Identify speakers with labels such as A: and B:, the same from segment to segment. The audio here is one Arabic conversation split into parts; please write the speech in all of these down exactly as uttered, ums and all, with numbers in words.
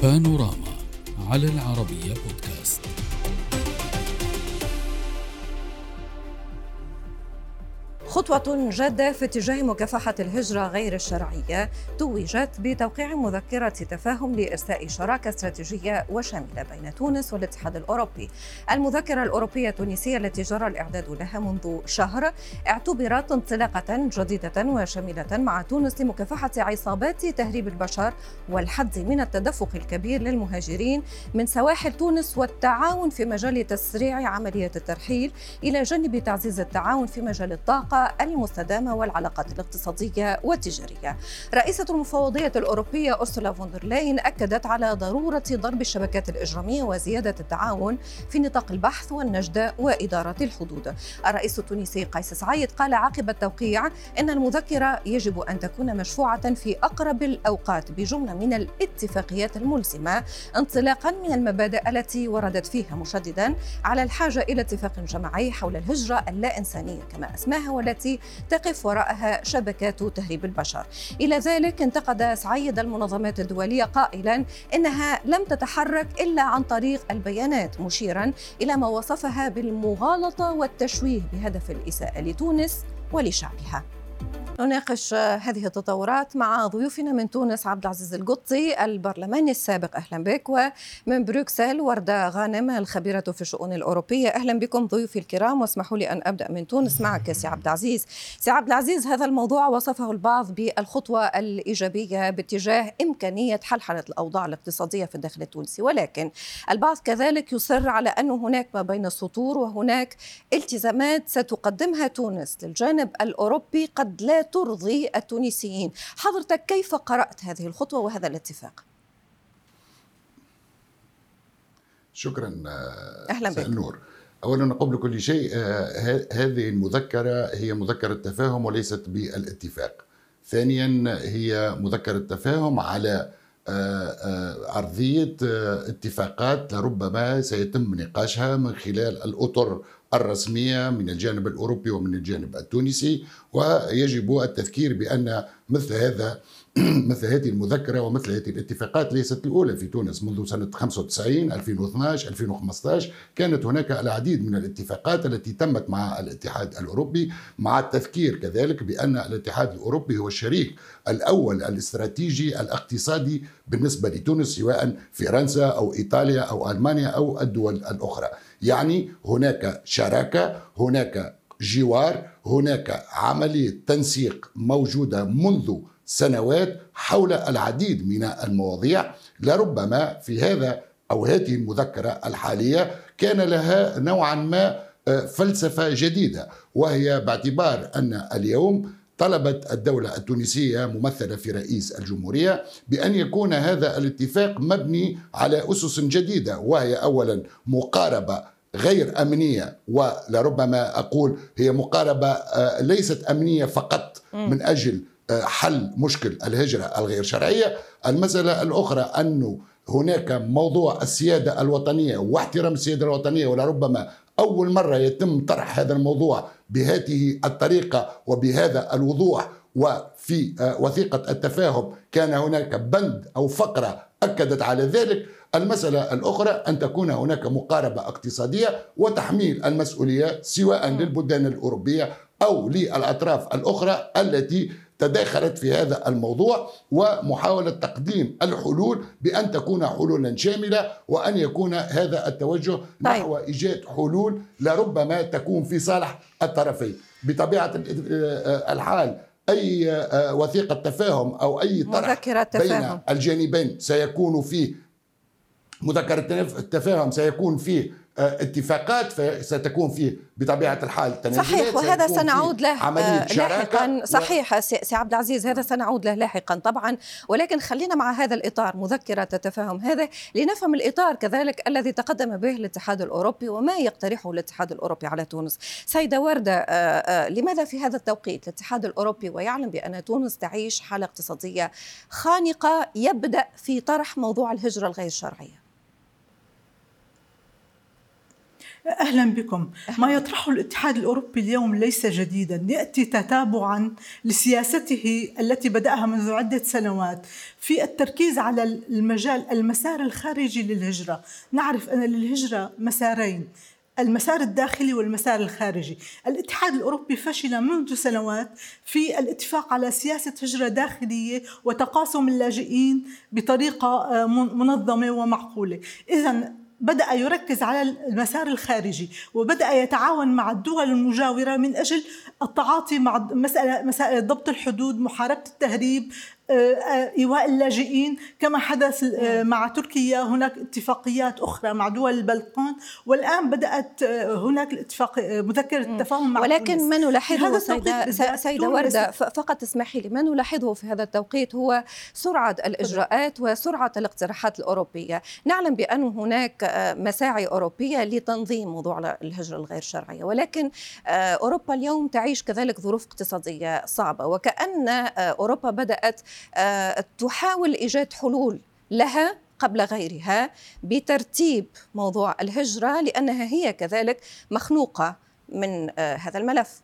A: بانوراما على العربية بودكاست.
B: خطوة جادة في اتجاه مكافحة الهجرة غير الشرعية توجت بتوقيع مذكرة تفاهم لإرساء شراكة استراتيجية وشاملة بين تونس والاتحاد الأوروبي. المذكرة الأوروبية التونسية التي جرى الإعداد لها منذ شهر اعتبرت انطلاقة جديدة وشاملة مع تونس لمكافحة عصابات تهريب البشر والحد من التدفق الكبير للمهاجرين من سواحل تونس والتعاون في مجال تسريع عملية الترحيل إلى جانب تعزيز التعاون في مجال الطاقة المستدامة والعلاقات الاقتصادية والتجارية. رئيسة المفوضية الأوروبية أرسولا فون دير لاين أكدت على ضرورة ضرب الشبكات الإجرامية وزيادة التعاون في نطاق البحث والنجدة وإدارة الحدود. الرئيس التونسي قيس سعيد قال عقب التوقيع إن المذكرة يجب أن تكون مشروعة في أقرب الأوقات بجملة من الاتفاقيات الملزمة انطلاقا من المبادئ التي وردت فيها، مشددا على الحاجة إلى اتفاق جماعي حول الهجرة اللا إنسانية كما أسماها والتي تقف وراءها شبكات تهريب البشر. إلى ذلك انتقد سعيد المنظمات الدولية قائلا إنها لم تتحرك إلا عن طريق البيانات، مشيرا إلى ما وصفها بالمغالطة والتشويه بهدف الإساءة لتونس ولشعبها. نناقش هذه التطورات مع ضيوفنا من تونس عبد العزيز القطي البرلماني السابق، أهلا بك، ومن بروكسل وردة غانم الخبيرة في الشؤون الأوروبية. أهلا بكم ضيوفي الكرام، واسمحوا لي أن أبدأ من تونس معك سي عبد العزيز. سي عبد العزيز، هذا الموضوع وصفه البعض بالخطوة الإيجابية باتجاه إمكانية حلحلة الأوضاع الاقتصادية في الداخل التونسي، ولكن البعض كذلك يصر على أن هناك ما بين السطور وهناك التزامات ستقدمها تونس للجانب الأوروبي قد لا ترضي التونسيين. حضرتك كيف قرأت هذه الخطوة وهذا الاتفاق؟
C: شكرا.
B: أهلا بك.
C: النور. أولا قبل كل شيء هذه المذكرة هي مذكرة تفاهم وليست بالاتفاق. ثانيا هي مذكرة تفاهم على عرضية اتفاقات لربما سيتم نقاشها من خلال الأطر الرسمية من الجانب الأوروبي ومن الجانب التونسي، ويجب التذكير بأن مثل هذا مثل هذه المذكرة ومثل هذه الاتفاقات ليست الأولى في تونس. منذ سنة خمسة وتسعين ألفين واثني عشر ألفين وخمسة عشر كانت هناك العديد من الاتفاقات التي تمت مع الاتحاد الأوروبي، مع التذكير كذلك بأن الاتحاد الأوروبي هو الشريك الأول الاستراتيجي الاقتصادي بالنسبة لتونس، سواء فرنسا أو إيطاليا أو ألمانيا أو الدول الأخرى. يعني هناك شراكة، هناك جوار، هناك عملية تنسيق موجودة منذ سنوات حول العديد من المواضيع. لربما في هذا أو هذه المذكرة الحالية كان لها نوعا ما فلسفة جديدة، وهي باعتبار أن اليوم طلبت الدولة التونسية ممثلة في رئيس الجمهورية بأن يكون هذا الاتفاق مبني على أسس جديدة، وهي أولا مقاربة غير أمنية، ولربما أقول هي مقاربة ليست أمنية فقط من أجل حل مشكل الهجرة الغير شرعية. المسألة الأخرى أنه هناك موضوع السيادة الوطنية واحترام السيادة الوطنية، ولربما أول مرة يتم طرح هذا الموضوع بهذه الطريقة وبهذا الوضوح. وفي وثيقة التفاهم كان هناك بند أو فقرة أكدت على ذلك. المسألة الأخرى أن تكون هناك مقاربة اقتصادية وتحميل المسؤولية سواء للبلدان الأوروبية أو للأطراف الأخرى التي تداخلت في هذا الموضوع، ومحاولة تقديم الحلول بأن تكون حلولا شاملة، وأن يكون هذا التوجه نحو إيجاد حلول لربما تكون في صالح الطرفين. بطبيعة الحال أي وثيقة تفاهم أو أي طرح بين الجانبين سيكون فيه مذكرة التفاهم، سيكون فيه اتفاقات، ستكون فيه بطبيعة الحال تنازلات.
B: صحيح، وهذا سنعود له لاحقا. صحيح سي عبد العزيز، هذا سنعود له لاحقا طبعا، ولكن خلينا مع هذا الإطار مذكرة التفاهم هذا لنفهم الإطار كذلك الذي تقدم به الاتحاد الأوروبي وما يقترحه الاتحاد الأوروبي على تونس. سيدة وردة، لماذا في هذا التوقيت الاتحاد الأوروبي ويعلم بأن تونس تعيش حالة اقتصادية خانقة يبدأ في طرح موضوع الهجرة الغير شرعية؟
D: أهلا بكم. ما يطرحه الاتحاد الأوروبي اليوم ليس جديدا، يأتي تتابعا لسياسته التي بدأها منذ عدة سنوات في التركيز على المجال المسار الخارجي للهجرة. نعرف أن للهجرة مسارين، المسار الداخلي والمسار الخارجي. الاتحاد الأوروبي فشل منذ سنوات في الاتفاق على سياسة هجرة داخلية وتقاسم اللاجئين بطريقة منظمة ومعقولة. إذن بدأ يركز على المسار الخارجي وبدأ يتعاون مع الدول المجاورة من أجل التعاطي مع مسألة مسائل ضبط الحدود، محاربة التهريب، إيواء اللاجئين، كما حدث مع تركيا. هناك اتفاقيات أخرى مع دول البلقان، والآن بدأت هناك الاتفاق مذكرة التفاهم مع
B: ولكن
D: تونس.
B: ما نلاحظه سيدة, سيدة وردة، فقط اسمحي لي، ما نلاحظه في هذا التوقيت هو سرعة الإجراءات وسرعة الاقتراحات الأوروبية. نعلم بأن هناك مساعي أوروبية لتنظيم موضوع الهجرة الغير شرعية، ولكن أوروبا اليوم تعيش كذلك ظروف اقتصادية صعبة، وكأن أوروبا بدأت تحاول إيجاد حلول لها قبل غيرها بترتيب موضوع الهجرة، لأنها هي كذلك مخنوقة من هذا الملف.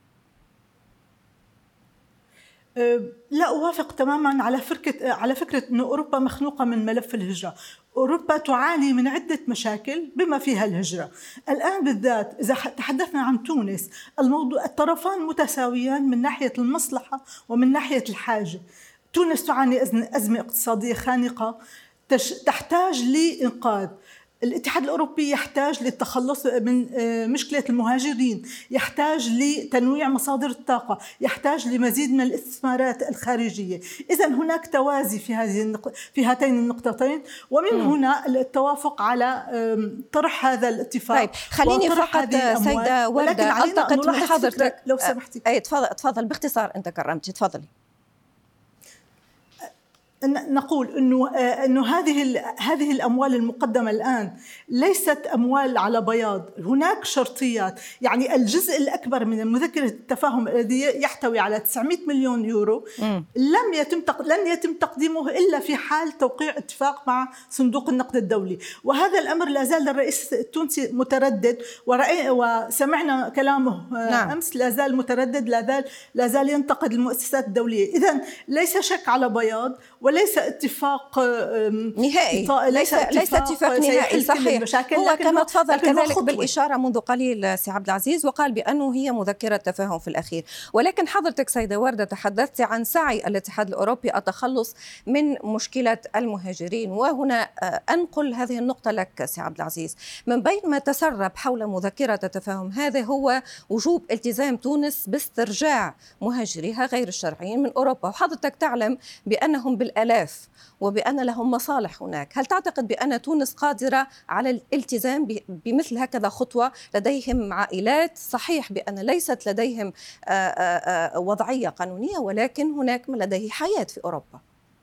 D: لا أوافق تماما على فكرة على فكرة أن أوروبا مخنوقة من ملف الهجرة. أوروبا تعاني من عدة مشاكل بما فيها الهجرة. الآن بالذات إذا تحدثنا عن تونس، الموضوع الطرفان متساويان من ناحية المصلحة ومن ناحية الحاجة. تونس تعاني أزمة اقتصادية خانقة تحتاج لإنقاذ. الاتحاد الأوروبي يحتاج للتخلص من مشكلة المهاجرين، يحتاج لتنويع مصادر الطاقة، يحتاج لمزيد من الاستثمارات الخارجية. إذن هناك توازي في هذه النق... في هاتين النقطتين، ومن م. هنا التوافق على طرح هذا الاتفاق.
B: طيب خليني فقط سيدة وردة ألتقط من حضرتك
D: لو سمحتي.
B: أي تفضل تفضل باختصار، أنت كرمتي، تفضلي.
D: نقول انه انه هذه هذه الاموال المقدمه الان ليست اموال على بياض، هناك شرطيات. يعني الجزء الاكبر من مذكره التفاهم الذي يحتوي على تسعمئة مليون يورو م. لم يتم لن يتم تقديمه الا في حال توقيع اتفاق مع صندوق النقد الدولي، وهذا الامر لا زال الرئيس التونسي متردد، وسمعنا كلامه نعم. امس لا زال متردد، لا زال لا زال ينتقد المؤسسات الدوليه. اذا ليس شك على بياض وليس اتفاق
B: نهائي، ليس ليس اتفاق نهائي صحيح. هو كما تفضل كذلك بالإشارة منذ قليل سي عبد العزيز، وقال بأنه هي مذكرة تفاهم في الأخير. ولكن حضرتك سيدة وردة تحدثت عن سعي الاتحاد الأوروبي التخلص من مشكلة المهاجرين، وهنا أنقل هذه النقطة لك سي عبد العزيز. من بين ما تسرب حول مذكرة التفاهم هذا هو وجوب التزام تونس باسترجاع مهاجريها غير الشرعيين من أوروبا، وحضرتك تعلم بأنهم بالآلاف وبأن لهم مصالح هناك. هل تعتقد بأن تونس قادرة على الالتزام بمثل هكذا خطوة؟ لديهم عائلات، صحيح بأن ليست لديهم وضعية قانونية، ولكن هناك من لديه حياة في أوروبا.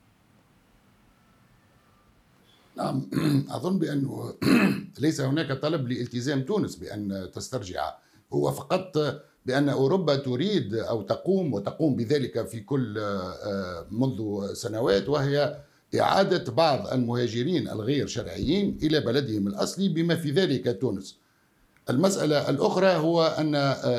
C: نعم، أظن بأنه ليس هناك طلب لالتزام تونس بأن تسترجع، هو فقط بأن أوروبا تريد أو تقوم وتقوم بذلك في كل منذ سنوات، وهي إعادة بعض المهاجرين الغير شرعيين إلى بلدهم الأصلي بما في ذلك تونس. المسألة الأخرى هو أن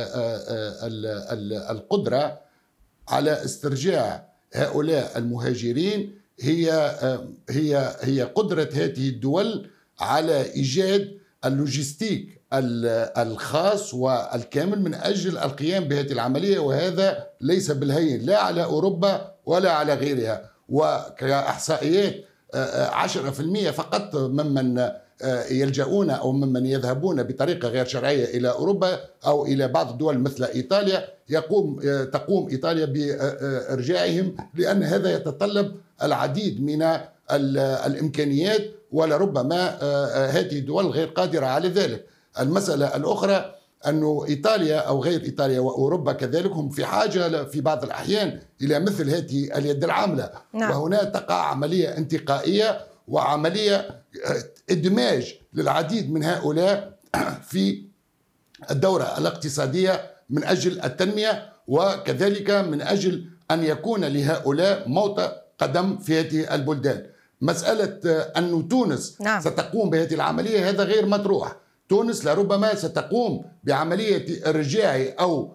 C: القدرة على استرجاع هؤلاء المهاجرين هي هي هي قدرة هذه الدول على إيجاد اللوجستيك الخاص والكامل من أجل القيام بهذه العملية، وهذا ليس بالهين لا على أوروبا ولا على غيرها. وكإحصائيات عشرة بالمئة فقط ممن يلجؤون أو ممن يذهبون بطريقة غير شرعية إلى أوروبا أو إلى بعض الدول مثل إيطاليا يقوم تقوم إيطاليا بإرجاعهم، لأن هذا يتطلب العديد من الإمكانيات، ولربما هذه الدول غير قادرة على ذلك. المسألة الأخرى أن إيطاليا أو غير إيطاليا وأوروبا كذلك هم في حاجة في بعض الأحيان إلى مثل هذه اليد العاملة. نعم. وهنا تقع عملية انتقائية وعملية إدماج للعديد من هؤلاء في الدورة الاقتصادية من أجل التنمية، وكذلك من أجل أن يكون لهؤلاء موطئ قدم في هذه البلدان. مسألة أن تونس نعم. ستقوم بهذه العملية هذا غير مطروح. تونس لربما ستقوم بعملية إرجاع أو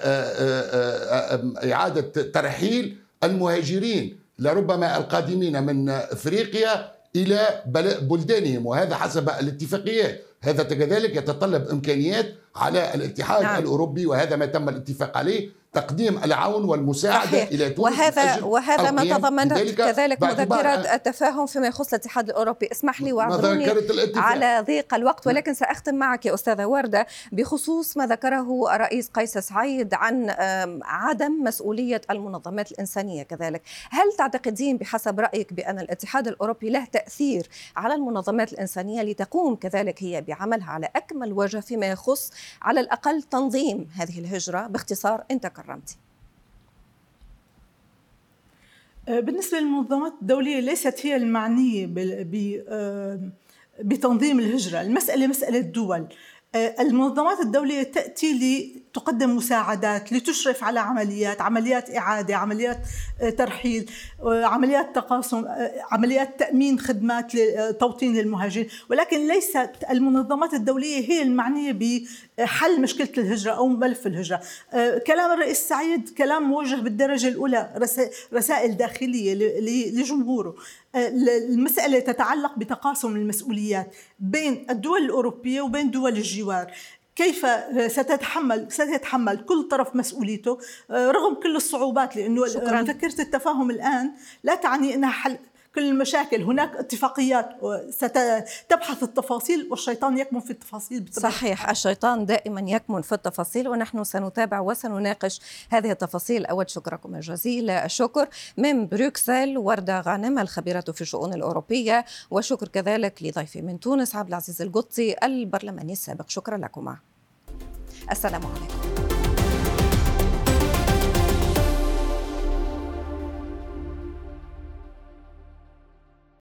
C: إعادة ترحيل المهاجرين لربما القادمين من إفريقيا إلى بلدانهم، وهذا حسب الاتفاقيات. هذا كذلك يتطلب إمكانيات على الاتحاد نعم. الأوروبي، وهذا ما تم الاتفاق عليه، تقديم العون والمساعدة صحيح. إلى تونس،
B: وهذا وهذا ما تضمنت كذلك مذكرة التفاهم فيما يخص الاتحاد الأوروبي. اسمح لي واعذروني على ضيق الوقت، ولكن سأختم معك يا أستاذة وردة بخصوص ما ذكره الرئيس قيس سعيد عن عدم مسؤولية المنظمات الإنسانية كذلك. هل تعتقدين بحسب رأيك بأن الاتحاد الأوروبي له تأثير على المنظمات الإنسانية لتقوم كذلك هي بعملها على أكمل وجه فيما يخص على الأقل تنظيم هذه الهجرة؟ باختصار أنت كرمتي.
D: بالنسبة للمنظمات الدولية ليست هي المعنية بتنظيم الهجرة، المسألة مسألة دول. المنظمات الدولية تأتي لتقدم مساعدات، لتشرف على عمليات عمليات إعادة، عمليات ترحيل، عمليات تقاسم، عمليات تأمين خدمات توطين للمهاجرين، ولكن ليست المنظمات الدولية هي المعنية بحل مشكلة الهجرة أو ملف الهجرة. كلام الرئيس سعيد كلام موجه بالدرجة الأولى، رسائل داخلية لجمهوره. المسألة تتعلق بتقاسم المسؤوليات بين الدول الأوروبية وبين دول الجوار. كيف ستتحمل سيتحمل كل طرف مسؤوليته رغم كل الصعوبات، لأنه مذكرة التفاهم الآن لا تعني أنها حل كل المشاكل. هناك اتفاقيات ستبحث التفاصيل، والشيطان يكمن في التفاصيل بالطبع.
B: صحيح، الشيطان دائما يكمن في التفاصيل، ونحن سنتابع وسنناقش هذه التفاصيل. أود شكركم الجزيل الشكر من بروكسل وردة غانم الخبيرة في الشؤون الأوروبية، وشكر كذلك لضيفي من تونس عبد العزيز القطي البرلماني السابق. شكرا لكما. السلام عليكم.